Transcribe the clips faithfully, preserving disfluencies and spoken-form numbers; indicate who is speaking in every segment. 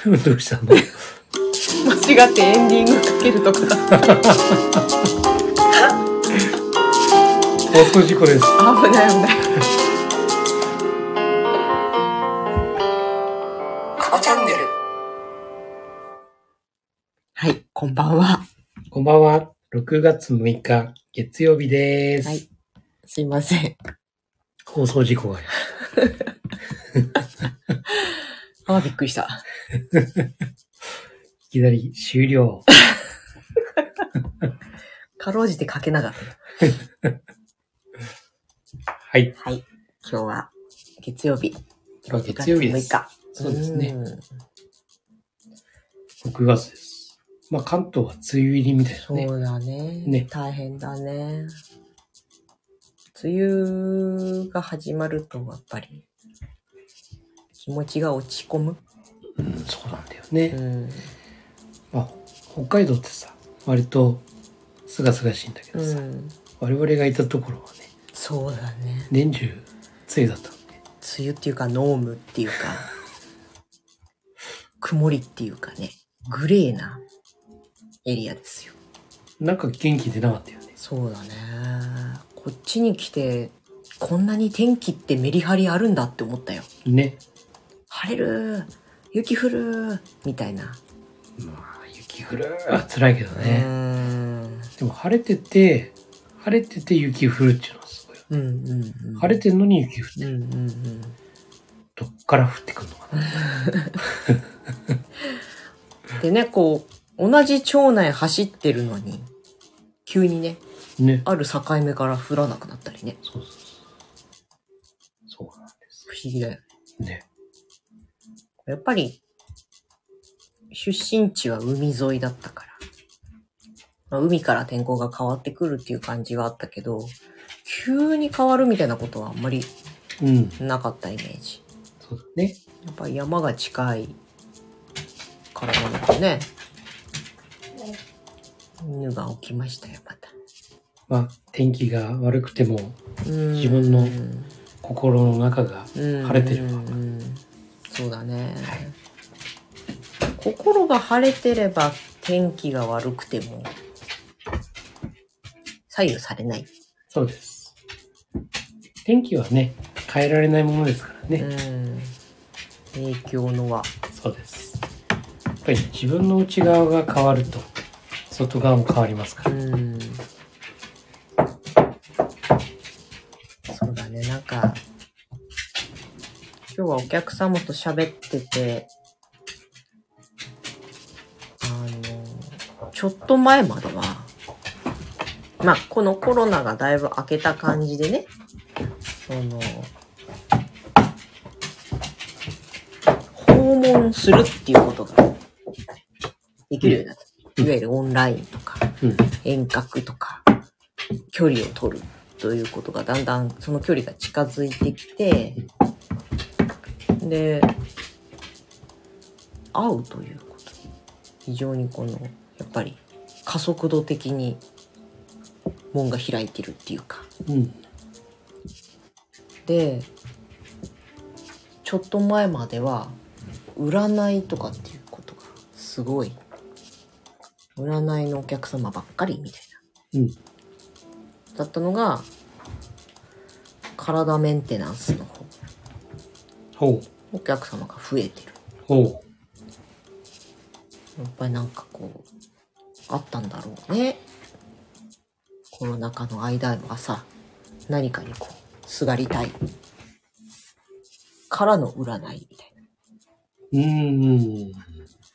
Speaker 1: どうしたの？
Speaker 2: 間違ってエンディングかけるとかだった
Speaker 1: 放送事故です。
Speaker 2: 危ない危ない
Speaker 3: カバチャンネル。
Speaker 2: はい、こんばんは。
Speaker 1: こんばんは。ろくがつむいか月曜日です。
Speaker 2: はい、すいません。
Speaker 1: 放送事故が
Speaker 2: あ、びっくりした。
Speaker 1: いきなり終了。
Speaker 2: かろうじて書けなかった。
Speaker 1: はい。
Speaker 2: はい。今日は月曜日。
Speaker 1: 今日は月曜日です。
Speaker 2: ろくがつむいか。
Speaker 1: そうですね。ろくがつです。まあ関東は梅雨入りみたいなね。
Speaker 2: そうだね。
Speaker 1: ね。
Speaker 2: 大変だね。梅雨が始まるとやっぱり気持ちが落ち込む。
Speaker 1: うん、そうなんだよね。
Speaker 2: うん、
Speaker 1: まあ北海道ってさ、割とすがすがしいんだけどさ、うん、我々がいたところはね。
Speaker 2: そうだね。
Speaker 1: 年中梅雨だったのね。
Speaker 2: 梅雨っていうか濃霧っていうか曇りっていうかね、グレーなエリアですよ。
Speaker 1: なんか元気出なかったよね。
Speaker 2: そうだね。こっちに来てこんなに天気ってメリハリあるんだって思ったよ。
Speaker 1: ね。
Speaker 2: 晴れる、雪降るみたいな。
Speaker 1: まあ雪降るは辛いけどね。
Speaker 2: うーん。
Speaker 1: でも晴れてて晴れてて雪降るっていうのはすごい。
Speaker 2: うんうんうん。
Speaker 1: 晴れてんのに雪降ってる。
Speaker 2: うんうんうん。
Speaker 1: どっから降ってくるのかな。
Speaker 2: でね、こう同じ町内走ってるのに急にね。
Speaker 1: ね、
Speaker 2: ある境目から降らなくなったりね。
Speaker 1: そうそうそう。そうなんです。
Speaker 2: 不思議だよ
Speaker 1: ね。ね。
Speaker 2: やっぱり出身地は海沿いだったから、まあ、海から天候が変わってくるっていう感じがあったけど、急に変わるみたいなことはあんまりなかったイメージ。
Speaker 1: うん、そうだね。
Speaker 2: やっぱり山が近いからなのかね。犬が起きましたよ、また。
Speaker 1: まあ、天気が悪くても自分の心の中が晴れてるわ。
Speaker 2: そうだね、はい、心が晴れてれば天気が悪くても左右されない。
Speaker 1: そうです。天気はね、変えられないものですからね。
Speaker 2: うん、影響の輪。
Speaker 1: そうです。やっぱり自分の内側が変わると外側も変わりますから。うん、
Speaker 2: そうだね。なんか今日はお客様と喋ってて、あのちょっと前までは、まあこのコロナがだいぶ明けた感じでね、その訪問するっていうことができるようになった。いわゆるオンラインとか、うん、遠隔とか距離を取るということがだんだんその距離が近づいてきて、で会うということ非常にこのやっぱり加速度的に門が開いてるっていうか、うん、でちょっと前までは占いとかっていうことがすごい占いのお客様ばっかりみたいな、うん、だったのが体メンテナンスの方
Speaker 1: ほう
Speaker 2: お客様が増えてる。
Speaker 1: ほう
Speaker 2: やっぱりなんかこうあったんだろうね。コロナ禍の間はさ、何かにこうすがりたいからの占いみたいな。
Speaker 1: うーん。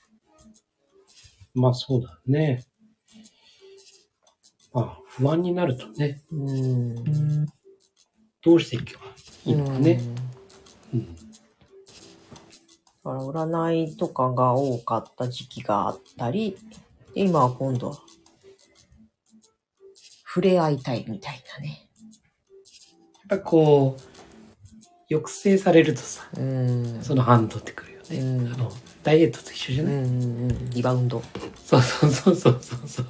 Speaker 1: まあそうだね。まあ不安になるとね。うーん。どうしていけばいいのかね。うん。うん、
Speaker 2: だから占いとかが多かった時期があったり、今は今度は触れ合いたいみたいなね。
Speaker 1: やっぱこう抑制されるとさ、うん、その反動ってくるよね。うん、あのダイエットと一緒じゃない？うんうん
Speaker 2: うん、リバウンド。
Speaker 1: そうそうそうそうそうそう。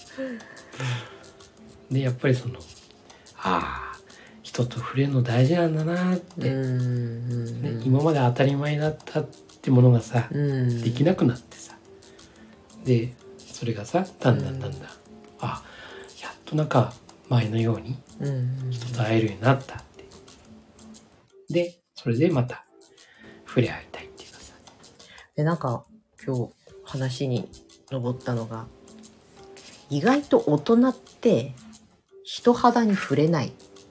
Speaker 1: でやっぱりそのああ人と触れるの大事なんだなって、うんうんうんね、今まで当たり前だったっってものがさ、
Speaker 2: うん、
Speaker 1: できなくなってさ、でそれがさだんだんだんだん、うん、あやっとなんか前のように人と会えるようになったって、でそれでまた触れ合いたいっていうかさ、
Speaker 2: でなんか今日話に上ったのが、意外と大人って人肌に触れない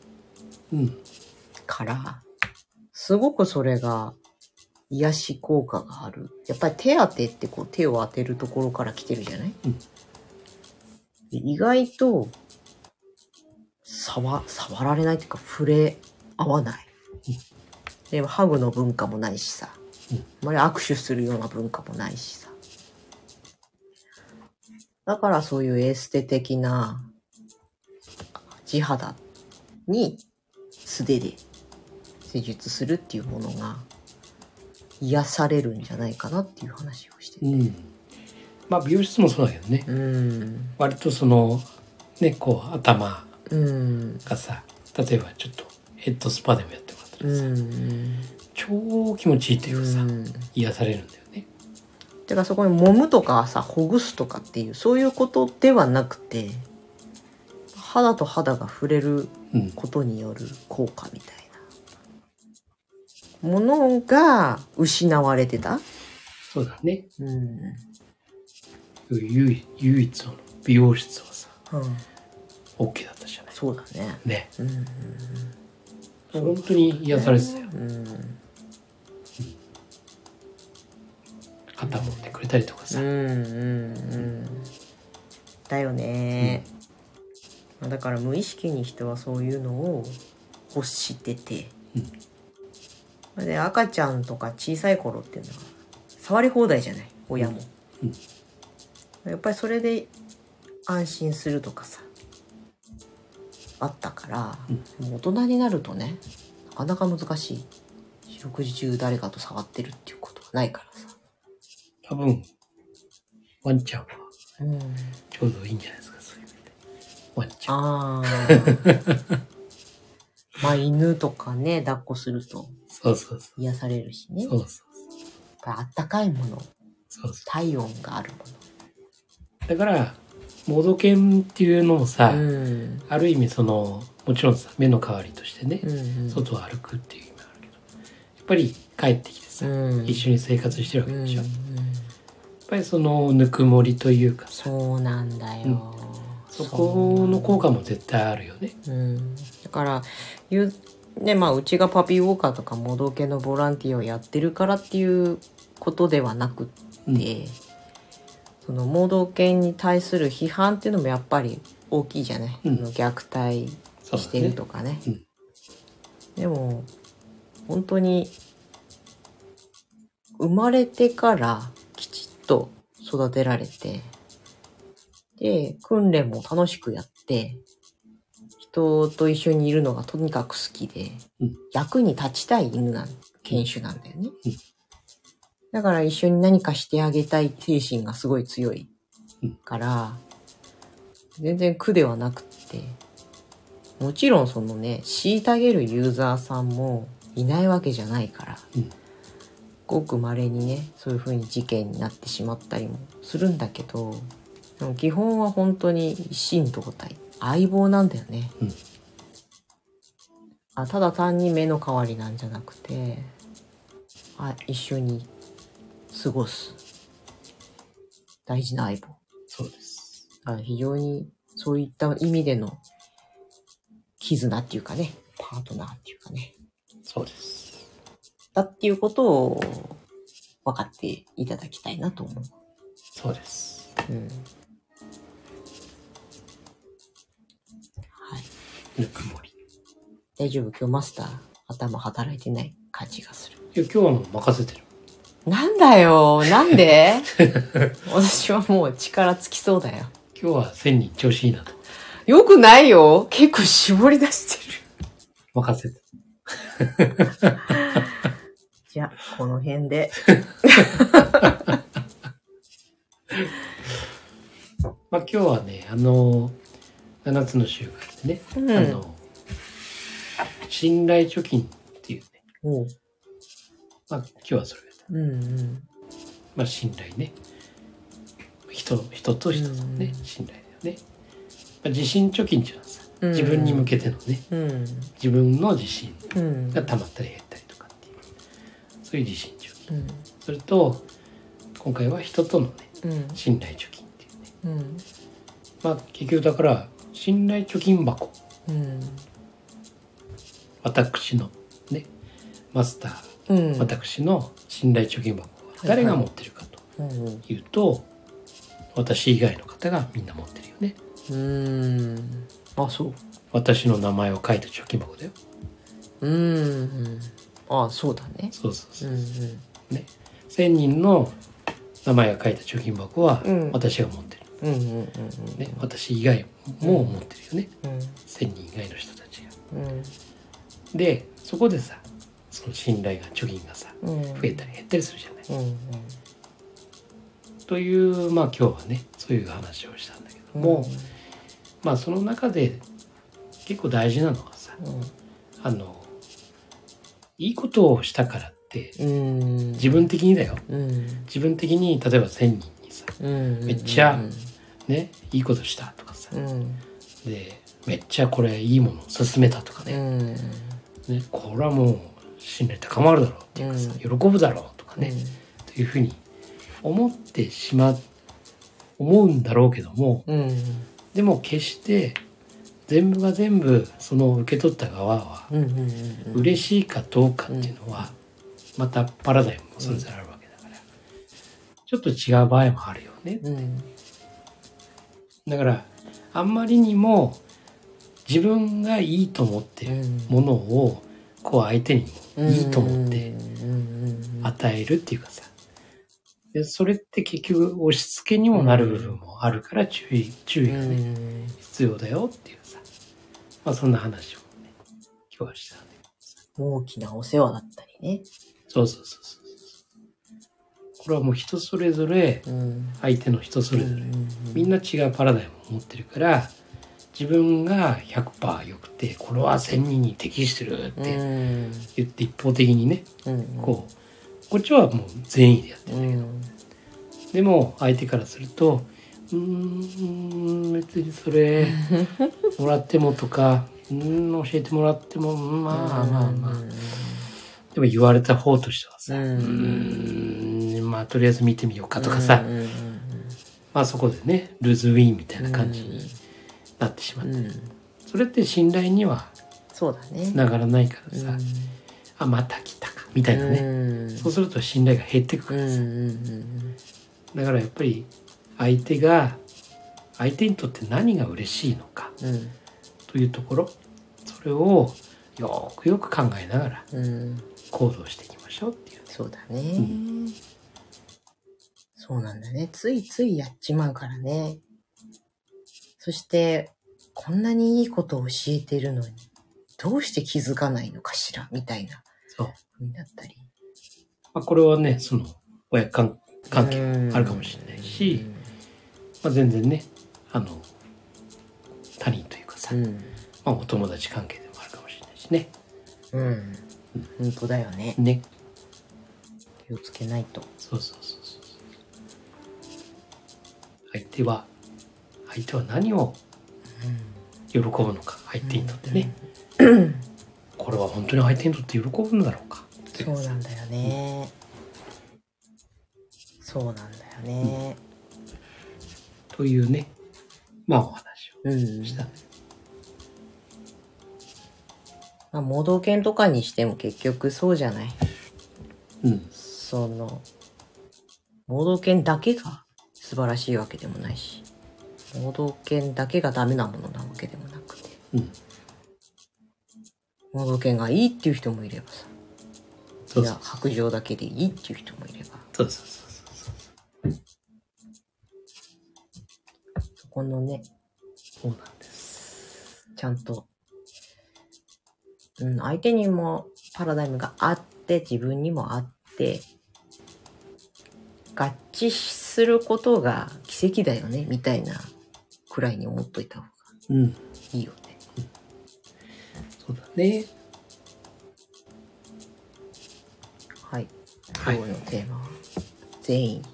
Speaker 2: から、うん、すごくそれが癒し効果がある。やっぱり手当てってこう手を当てるところから来てるじゃない、うん、意外と触、触られないっていうか触れ合わない、うん、でもハグの文化もないしさ、うん、あまり握手するような文化もないしさ、だからそういうエステ的な地肌に素手で施術するっていうものが癒されるんじゃないかなっていう話をしてて、うん、
Speaker 1: まあ美容室もそうだけどね、うん、割とそのねこう頭がさ、うん、例えばちょっとヘッドスパでもやってもらったらさ、うん、超気持ちいいというかさ、うん、癒されるんだよね。
Speaker 2: だからそこに揉むとかさほぐすとかっていうそういうことではなくて、肌と肌が触れることによる効果みたいなものが失われてた。
Speaker 1: そうだね、うん、唯, 唯一の美容室はさ、うん、OK だったじゃない。
Speaker 2: そうだね。
Speaker 1: ね、うんうん、本当に癒されてたよ、うんうん、肩持ってくれたりとかさ、うんうんうん、
Speaker 2: だよね、うん、だから無意識に人はそういうのを欲してて、うん、で赤ちゃんとか小さい頃っていうのは触り放題じゃない、親も、うんうん、やっぱりそれで安心するとかさあったから、うん、もう大人になるとねなかなか難しい。四六時中誰かと触ってるっていうことはないからさ、
Speaker 1: 多分ワンちゃんはちょうどいいんじゃないですか、そういう意味でワンちゃん。
Speaker 2: あまあ犬とかね抱っこすると
Speaker 1: そうそうそう
Speaker 2: 癒されるしね。
Speaker 1: そうそうそう、
Speaker 2: あったかいもの、そうそう、体温があるも
Speaker 1: のだからモード犬っていうのもさ、うん、ある意味そのもちろんさ目の代わりとしてね、うんうん、外を歩くっていう意味があるけど、やっぱり帰ってきてさ、うん、一緒に生活してるわけでしょ、うんうん、やっぱりそのぬくもりというかさ、
Speaker 2: そうなんだよ、うん、
Speaker 1: そこの効果も絶対あるよね、
Speaker 2: うん、だから言うね、まあうちがパピーウォーカーとか盲導犬のボランティアをやってるからっていうことではなくって、うん、その盲導犬に対する批判っていうのもやっぱり大きいじゃない、うん、虐待してるとかね、うん、でも本当に生まれてからきちっと育てられて、で訓練も楽しくやって人と一緒にいるのがとにかく好きで、うん、役に立ちたい犬なん犬種なんだよね、うん、だから一緒に何かしてあげたい精神がすごい強いから、うん、全然苦ではなくって、もちろんそのね虐げるユーザーさんもいないわけじゃないから、うん、ごく稀にねそういう風に事件になってしまったりもするんだけど、でも基本は本当に一心同体、相棒なんだよね、うん、あただ単に目の代わりなんじゃなくて、あ一緒に過ごす大事な相棒。
Speaker 1: そうです。
Speaker 2: あ非常にそういった意味での絆っていうかね、パートナーっていうかね、
Speaker 1: そうです。
Speaker 2: だっていうことを分かっていただきたいなと思う。
Speaker 1: そうです。うん。ぬくもり。
Speaker 2: 大丈夫？今日マスター頭働いてない感じがする。
Speaker 1: いや今日はもう任せてる。
Speaker 2: なんだよ、なんで？私はもう力尽きそうだよ。
Speaker 1: 今日は線に調子いいなと。
Speaker 2: よくないよ。結構絞り出してる。
Speaker 1: 任せて。
Speaker 2: じゃあこの辺で。
Speaker 1: まあ今日はねあのななつの習慣でね、うん、あの信頼貯金っていうね、うん、まあ今日はそれが、
Speaker 2: うんうん、
Speaker 1: まあ信頼ね。人、人と人のね、うん、信頼だよね。まあ、自信貯金っていうのはさ、自分に向けてのね、うん、自分の自信が溜まったり減ったりとかっていう、そういう自信貯金。うん、それと、今回は人とのね、うん、信頼貯金っていうね。うん、まあ結局だから、信頼貯金箱。うん、私のね、マスター、うん、私の信頼貯金箱は誰が持ってるかというと、はいはい、私以外の方がみんな持ってるよね。
Speaker 2: うーん。あ、そう。
Speaker 1: 私の名前を書いた貯金箱だよ。
Speaker 2: うーん。あ、そうだね。
Speaker 1: そうそうそう。うんうん、ね。千人の名前が書いた貯金箱は私が持ってる。うんうんうんうん、ね。私以外も持ってるよね。うん、千人以外の人たちが。うん、で、そこでさ、その信頼が貯金がさ、うん、増えたり減ったりするじゃない。うんうん、というまあ今日はねそういう話をしたんだけども、うん、まあその中で結構大事なのはさ、うん、あのいいことをしたからって、うん、自分的にだよ、うん、自分的に例えばせんにんにさ、うん、めっちゃねいいことしたとかさ、うん、でめっちゃこれいいものを勧めたとかね、うん、ねこれはもう信頼高まるだろうっていうかさ、うん、喜ぶだろうとかね、うん、というふうに思ってしまう思うんだろうけども、うん、でも決して全部が全部その受け取った側は嬉しいかどうかっていうのはまたパラダイムもそれぞれあるわけだからちょっと違う場合もあるよねって、うん、だからあんまりにも自分がいいと思ってるものをこう相手にもいいと思って与えるっていうかさ、でそれって結局押し付けにもなる部分もあるから注意、注意がね、必要だよっていうさ、まあそんな話をね、今日はしたんだけどさ。
Speaker 2: 大きなお世話だったりね。
Speaker 1: そうそうそうそう。これはもう人それぞれ、相手の人それぞれ、みんな違うパラダイムを持ってるから、自分が ひゃくパーセント 良くて、これはせんにんに適してるって言って一方的にね、こう、こっちはもう善意でやってるんだけど、うん、でも相手からするとうーん別にそれもらってもとかうーん教えてもらってもまあまあまあ、でも言われた方としてはさ、うん、うーんまあとりあえず見てみようかとかさ、まあそこでねルーズウィンみたいな感じになってしまって、うん、それって信頼には
Speaker 2: そうだね
Speaker 1: つながらないからさ、うん、あまた来たかみたいなね、うん、そうすると信頼が減ってくからさ、うんうんうん、だからやっぱり相手が相手にとって何が嬉しいのか、うん、というところそれをよくよく考えながら行動していきましょうっていう、ね、
Speaker 2: そうだね、うん、そうなんだねついついやっちまうからね。そしてこんなにいいことを教えてるのにどうして気づかないのかしらみたいな風になったり、
Speaker 1: まあ、これはねその親関係もあるかもしれないし、まあ、全然ねあの他人というかさ、うん、まあ、お友達関係でもあるかもしれないしね。
Speaker 2: うん、うん、本当だよね。
Speaker 1: ね。
Speaker 2: 気をつけないと。
Speaker 1: そうそうそうそう。相手は相手は何を喜ぶのか、相手にとってね、うん、これは本当に相手にとって喜ぶんだろうか。
Speaker 2: そうなんだよね、うん、そうなんだよね、
Speaker 1: うん、というねまあお話をした、うん、
Speaker 2: まあ盲導犬とかにしても結局そうじゃない、
Speaker 1: うん、
Speaker 2: その盲導犬だけが素晴らしいわけでもないし盲導犬だけがダメなものなわけでもなくて、うん、盲導犬がいいっていう人もいればさ、いや白状だけでいいっていう人もいれば、
Speaker 1: そうそうそうそう
Speaker 2: そこのね、
Speaker 1: そうなんです。
Speaker 2: ちゃんと、うん、相手にもパラダイムがあって自分にもあって合致することが奇跡だよねみたいなくらいに思っといた方がいいよね、
Speaker 1: うんうん、そうだね。
Speaker 2: はい。 今日のテーマは、はい、善意。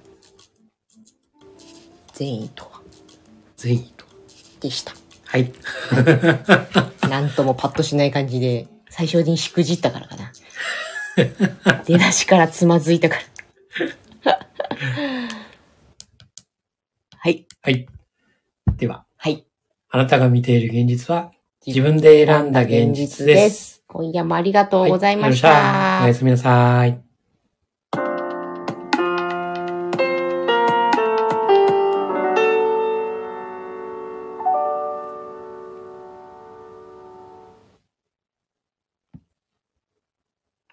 Speaker 2: 善意とは
Speaker 1: 善意とは
Speaker 2: でした。
Speaker 1: はい。
Speaker 2: はい、なんともパッとしない感じで、最初にしくじったからかな。出だしからつまずいたから。はい。
Speaker 1: はい。では。
Speaker 2: はい。
Speaker 1: あなたが見ている現実は、自分で選んだ現実です。
Speaker 2: 今夜もありがとうございました。
Speaker 1: はい、おやすみなさい。